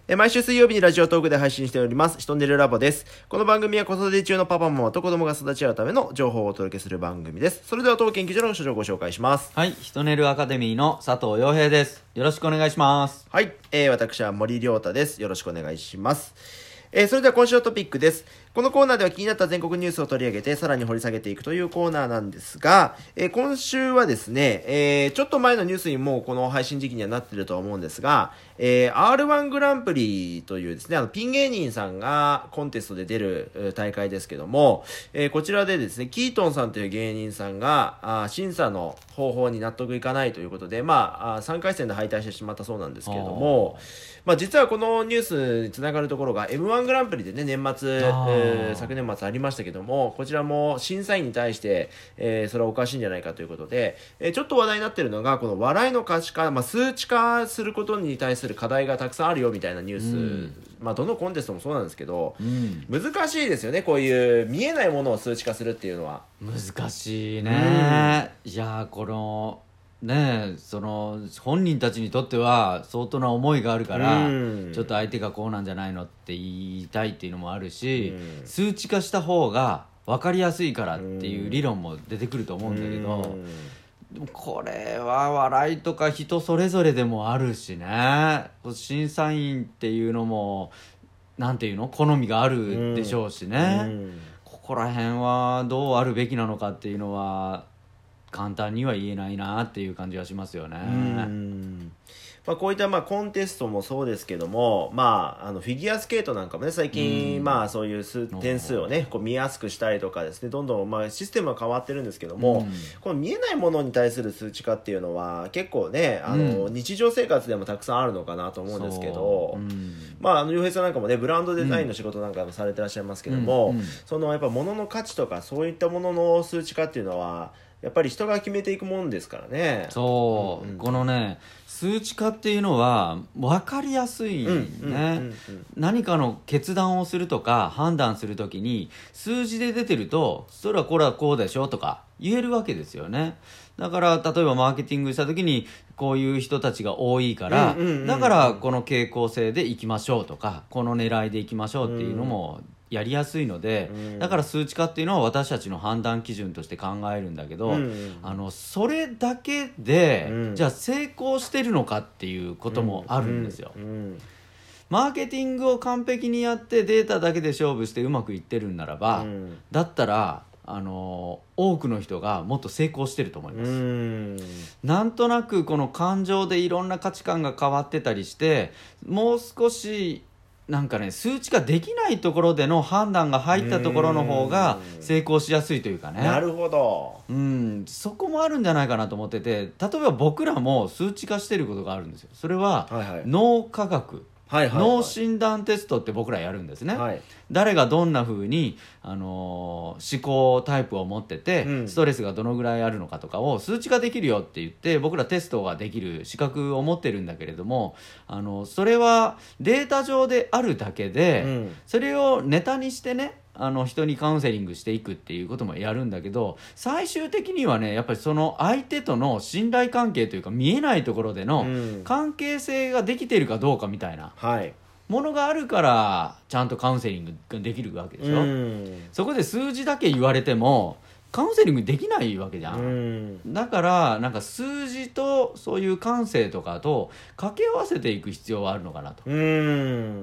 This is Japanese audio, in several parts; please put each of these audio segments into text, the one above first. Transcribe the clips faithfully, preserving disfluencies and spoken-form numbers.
え毎週水曜日にラジオトークで配信しておりますひとねるラボです。この番組は子育て中のパパママと子供が育ち合うための情報をお届けする番組です。それでは当研究所の所長をご紹介します。 はい、ひとねるアカデミーの佐藤陽平です。よろしくお願いします。 はい、えー、私は森亮太です。よろしくお願いします。えー、それでは今週のトピックです。このコーナーでは気になった全国ニュースを取り上げてさらに掘り下げていくというコーナーなんですが、えー、今週はですね、えー、ちょっと前のニュースにもうこの配信時期にはなっているとは思うんですが、えー、アールワン グランプリというですね、あのピン芸人さんがコンテストで出る大会ですけども、えー、こちらでですね、キートンさんという芸人さんがあ審査の方法に納得いかないということで、まあ、あさんかい戦で敗退してしまったそうなんですけれども、まあ、実はこのニュースにつながるところが エムワン グランプリでね、年末、えー、昨年末ありましたけども、こちらも審査員に対して、えー、それはおかしいんじゃないかということで、えー、ちょっと話題になっているのがこの笑いの可視化、まあ、数値化することに対する課題がたくさんあるよみたいなニュース、うん、まあ、どのコンテストもそうなんですけど、うん、難しいですよね、こういう見えないものを数値化するっていうのは。 難しいね、うん、いやこのねえ、その本人たちにとっては相当な思いがあるから、うん、ちょっと相手がこうなんじゃないのって言いたいっていうのもあるし、うん、数値化した方が分かりやすいからっていう理論も出てくると思うんだけど、うん、でもこれは笑いとか人それぞれでもあるしね、審査員っていうのもなんていうの好みがあるでしょうしね、うん、ここら辺はどうあるべきなのかっていうのは簡単には言えないなっていう感じがしますよね。 うん、まあ、こういったまあコンテストもそうですけども、まあ、あのフィギュアスケートなんかもね最近、うん、まあ、そういう数点数をねこう見やすくしたりとかですね、どんどんまあシステムは変わってるんですけども、うん、この見えないものに対する数値化っていうのは結構ねあの、うん、日常生活でもたくさんあるのかなと思うんですけど、うん、まああの洋平さんなんかもねブランドデザインの仕事なんかもされてらっしゃいますけども、うんうん、そのやっぱ物の価値とかそういったものの数値化っていうのはやっぱり人が決めていくもんですからね。 そう、うんうん、このね数値化っていうのは分かりやすいね、うんうんうんうん、何かの決断をするとか判断するときに数字で出てるとそれはこれはこうでしょとか言えるわけですよね。だから例えばマーケティングしたときにこういう人たちが多いから、うんうんうんうん、だからこの傾向性でいきましょうとかこの狙いでいきましょうっていうのもやりやすいので、うん、だから数値化っていうのは私たちの判断基準として考えるんだけど、うん、あのそれだけで、うん、じゃあ成功してるのかっていうこともあるんですよ、うんうん、マーケティングを完璧にやってデータだけで勝負してうまくいってるんならば、うん、だったらあの多くの人がもっと成功してると思います。うん、なんとなくこの感情でいろんな価値観が変わってたりしてもう少しなんかね数値化できないところでの判断が入ったところの方が成功しやすいというかね。 なるほど、 うん、そこもあるんじゃないかなと思ってて、例えば僕らも数値化してることがあるんですよ。それは脳科学、はいはいはい、脳診断テストって僕らやるんですね、はい、誰がどんな風に、あのー、思考タイプを持ってて、うん、ストレスがどのぐらいあるのかとかを数値化できるよって言って僕らテストができる資格を持ってるんだけれども、あのそれはデータ上であるだけで、うん、それをネタにしてねあの人にカウンセリングしていくっていうこともやるんだけど、最終的にはねやっぱりその相手との信頼関係というか見えないところでの関係性ができているかどうかみたいなものがあるからちゃんとカウンセリングができるわけでしょ。そこで数字だけ言われてもカウンセリングできないわけじゃん、うん、だからなんか数字とそういう感性とかと掛け合わせていく必要はあるのかなと。うん、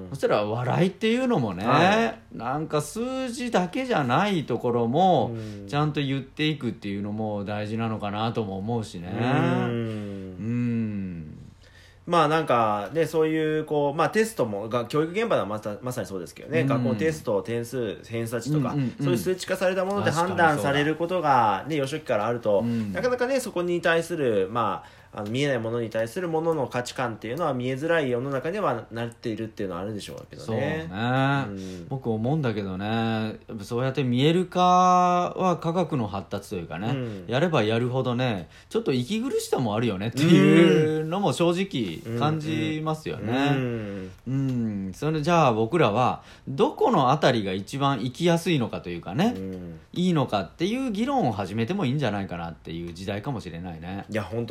そしたら笑いっていうのもね、はい、なんか数字だけじゃないところもちゃんと言っていくっていうのも大事なのかなとも思うしね。うん、 うんまあなんかねそういうこうまあテストもが教育現場ではまさまさにそうですけどね、うん、学校のテスト点数偏差値とか、うんうんうん、そういう数値化されたもので判断されることがね幼少期からあると、うん、なかなかねそこに対するまああの見えないものに対するものの価値観っていうのは見えづらい世の中にはなっているっていうのはあるでしょうけどね。 そうね、うん、僕思うんだけどね、そうやって見える化は科学の発達というかね、うん、やればやるほどねちょっと息苦しさもあるよねっていうのも正直感じますよね。うん、うん、それじゃあ僕らはどこのあたりが一番生きやすいのかというかね、うん、いいのかっていう議論を始めてもいいんじゃないかなっていう時代かもしれないね。 いや本当おっしゃる通り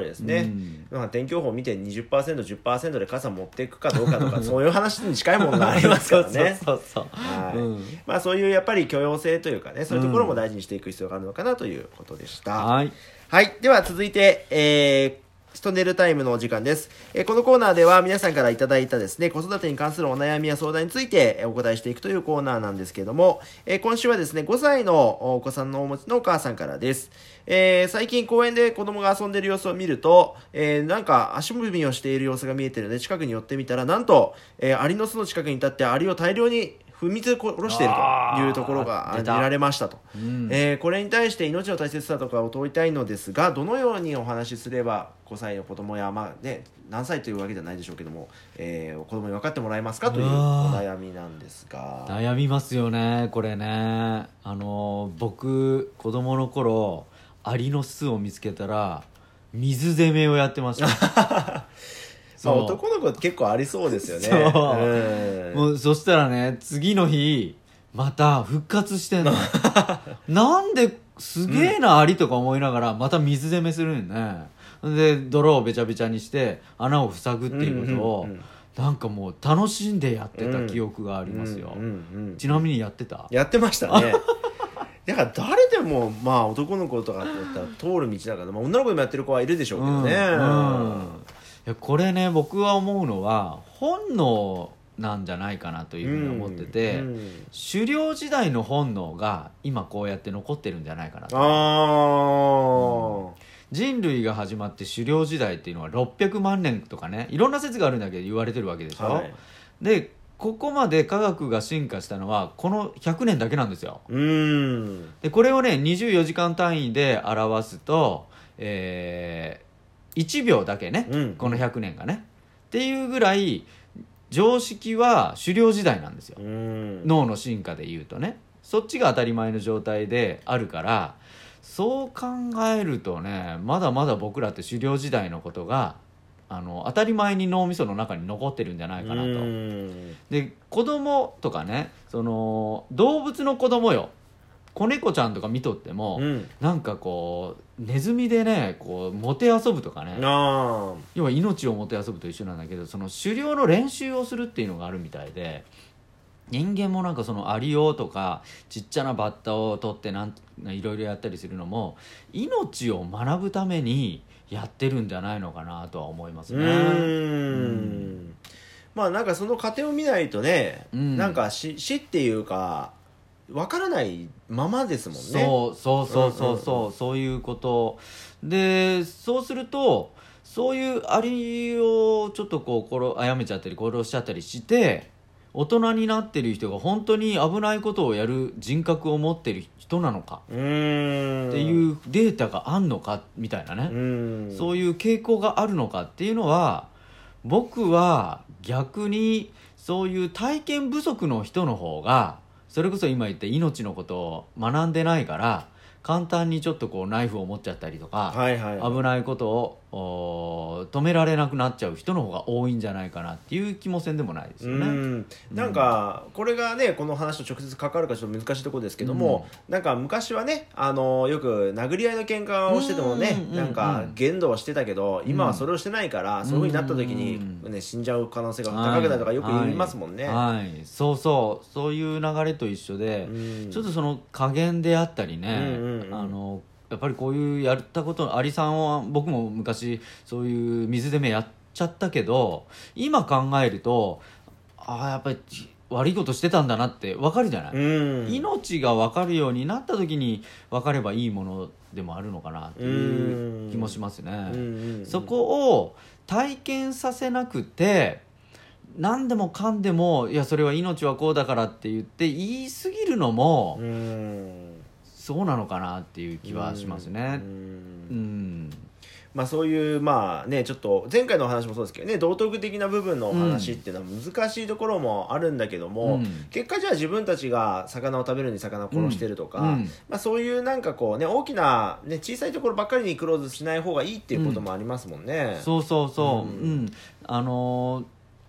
ですね、うんまあ、天気予報を見て にじゅっパーセント、じゅっパーセント で傘持っていくかどうかとかそういう話に近いものがありますからねそうそうそうそう、 はいうん、 まあ、そういうやっぱり許容性というかねそういうところも大事にしていく必要があるのかなということでした、 うん、はい、 はい、では続いて、えーストネルタイムのお時間です、えー、このコーナーでは皆さんからいただいたですね子育てに関するお悩みや相談についてお答えしていくというコーナーなんですけれども、えー、今週はですねごさいのお子さんのお持ちのお母さんからです、えー、最近公園で子供が遊んでいる様子を見ると、えー、なんか足踏みをしている様子が見えているので近くに寄ってみたらなんと、えー、アリの巣の近くに立ってアリを大量に踏みつ殺しているというところが見られましたと、うんえー、これに対して命の大切さとかを問いたいのですがどのようにお話しすればごさいの子供や、まあね、何歳というわけじゃないでしょうけども、えー、子供に分かってもらえますかというお悩みなんですが悩みますよねこれね。あの僕子供の頃アリの巣を見つけたら水攻めをやってましたまあ、男の子って結構ありそうですよね。 そう、うん、もうそしたらね次の日また復活してんのなんですげえな、うん、アリとか思いながらまた水攻めするんね。で泥をべちゃべちゃにして穴を塞ぐっていうことを、うんうんうん、なんかもう楽しんでやってた記憶がありますよ、うんうんうんうん、ちなみにやってた？ やってましたねだから誰でもまあ男の子とかだったら通る道だから、まあ、女の子でもやってる子はいるでしょうけどね、うんうんいやこれね僕は思うのは本能なんじゃないかなというふうに思ってて、うんうん、狩猟時代の本能が今こうやって残ってるんじゃないかなと。あ、うん、人類が始まって狩猟時代っていうのはろっぴゃくまんねんとかねいろんな説があるんだけど言われてるわけでしょ、はい、でここまで科学が進化したのはこのひゃくねんだけなんですよ。うんでこれをねにじゅうよじかん単位で表すと、えーいちびょうだけね、うん、このひゃくねんがねっていうぐらい常識は狩猟時代なんですよ、うん、脳の進化でいうとねそっちが当たり前の状態であるからそう考えるとねまだまだ僕らって狩猟時代のことがあの当たり前に脳みその中に残ってるんじゃないかなと、うん、で子供とかねその動物の子供よ子猫ちゃんとか見とっても、うん、なんかこうネズミでねこうもて遊ぶとかねあ要は命をもて遊ぶと一緒なんだけどその狩猟の練習をするっていうのがあるみたいで人間もなんかそのアリをとかちっちゃなバッタを取ってなんいろいろやったりするのも命を学ぶためにやってるんじゃないのかなとは思いますね。うーん、 うんまあなんかその過程を見ないとね、うん、なんか死、死っていうかわからないままですもんね。 そうそうそうそうそう、うんうんうん、そういうことでそうするとそういうアリをちょっとこう殺殺めちゃったり殺しちゃったりして大人になってる人が本当に危ないことをやる人格を持ってる人なのかうーんっていうデータがあんのかみたいなね、うーんそういう傾向があるのかっていうのは僕は逆にそういう体験不足の人の方がそれこそ今言った命のことを学んでないから簡単にちょっとこうナイフを持っちゃったりとか、はいはいはい、危ないことを止められなくなっちゃう人の方が多いんじゃないかなっていう気もせんでもないですよね。うんなんかこれがねこの話と直接関わるかちょっと難しいところですけども、うん、なんか昔はねあのよく殴り合いの喧嘩をしててもね、うん、なんか限度をしてたけど、うん、今はそれをしてないから、うん、そういう風になった時に、ね、死んじゃう可能性が高くなるとかよく言いますもんね。 はいはいはい、そうそうそういう流れと一緒で、うん、ちょっとその加減であったりね、うんうんうん、あのやっぱりこういうやったことアリさんは僕も昔そういう水攻めやっちゃったけど今考えるとああやっぱり悪いことしてたんだなって分かるじゃない、うん、命が分かるようになった時に分かればいいものでもあるのかなっていう気もしますね、うんうんうん、そこを体験させなくて何でもかんでもいやそれは命はこうだからって言って言い過ぎるのも、うんそうなのかなっていう気はしますね。うん、うんまあ、そういうまあねちょっと前回の話もそうですけどね道徳的な部分のお話っていうのは難しいところもあるんだけども、うん、結果じゃあ自分たちが魚を食べるのに魚を殺してるとか、うんうんまあ、そういうなんかこうね大きな、ね、小さいところばっかりにクローズしない方がいいっていうこともありますもんね。 うん、そうそうそう、うんうん、あのー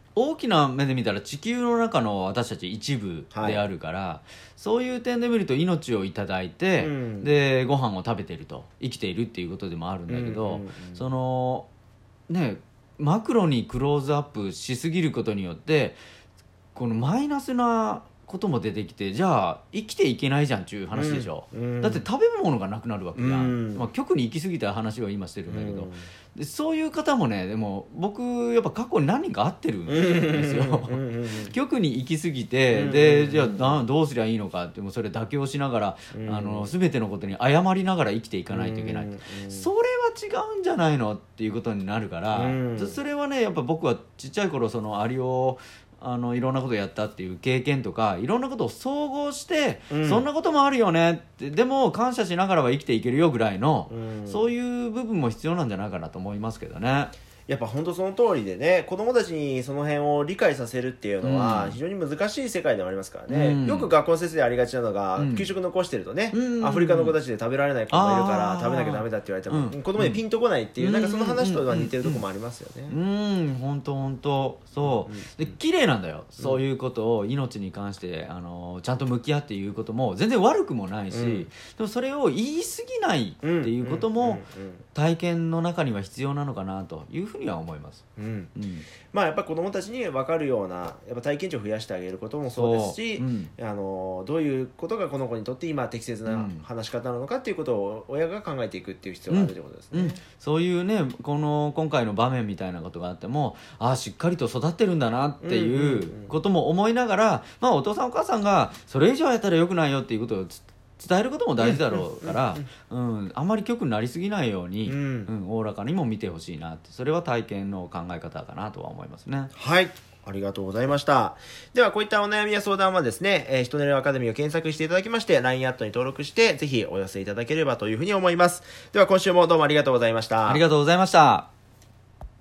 大きな目で見たら地球の中の私たち一部であるから、はい、そういう点で見ると命をいただいて、うん、でご飯を食べていると生きているっていうことでもあるんだけど、うんうんうん、そのねマクロにクローズアップしすぎることによってこのマイナスなことも出てきて、じゃあ生きていけないじゃんっていう話でしょ、うんうん、だって食べ物がなくなるわけじゃん、うんまあ、極に行き過ぎた話は今してるんだけど、うん、でそういう方もねでも僕やっぱ過去に何人か会ってるんですよ極に行き過ぎて、でじゃあどうすりゃいいのかってもうそれ妥協しながら、うん、あの全てのことに謝りながら生きていかないといけない、うん、それは違うんじゃないのっていうことになるから、うん、それはねやっぱ僕はちっちゃい頃そのアリをあのいろんなことをやったっていう経験とかいろんなことを総合して、うん、そんなこともあるよねってでも感謝しながらは生きていけるよぐらいの、うん、そういう部分も必要なんじゃないかなと思いますけどね。 やっぱ本当その通りでね、子供たちにその辺を理解させるっていうのは非常に難しい世界でもありますからね、うん、よく学校の先生でありがちなのが、うん、給食残してるとね、うん、アフリカの子たちで食べられない子もいるから食べなきゃダメだって言われても、うん、子供にピンとこないっていう、うん、なんかその話とは似てるとこもありますよね。 うん本当本当そう、うん、で綺麗なんだよ、うん、そういうことを命に関してあのちゃんと向き合って言うことも全然悪くもないし、うん、でもそれを言い過ぎないっていうことも体験の中には必要なのかなというふうには思います。 うんうん、まあやっぱ子どもたちに分かるようなやっぱ体験値を増やしてあげることもそうですし、うん、あのどういうことがこの子にとって今適切な話し方なのかっていうことを親が考えていくっていう必要があるということですね、うんうん、 そういうねこの今回の場面みたいなことがあってもああしっかりと育ってるんだなっていうことも思いながら、まあ、お父さんお母さんがそれ以上やったらよくないよっていうことを伝えることも大事だろうから、うんうん、あんまり極になりすぎないように、うんうん、おおらかにも見てほしいなって、それは体験の考え方かなとは思いますね。 はい、ありがとうございました。ではこういったお悩みや相談はですね、えー、ひとねるアカデミーを検索していただきまして ライン アットに登録してぜひお寄せいただければというふうに思います。では今週もどうもありがとうございました。 ありがとうございました。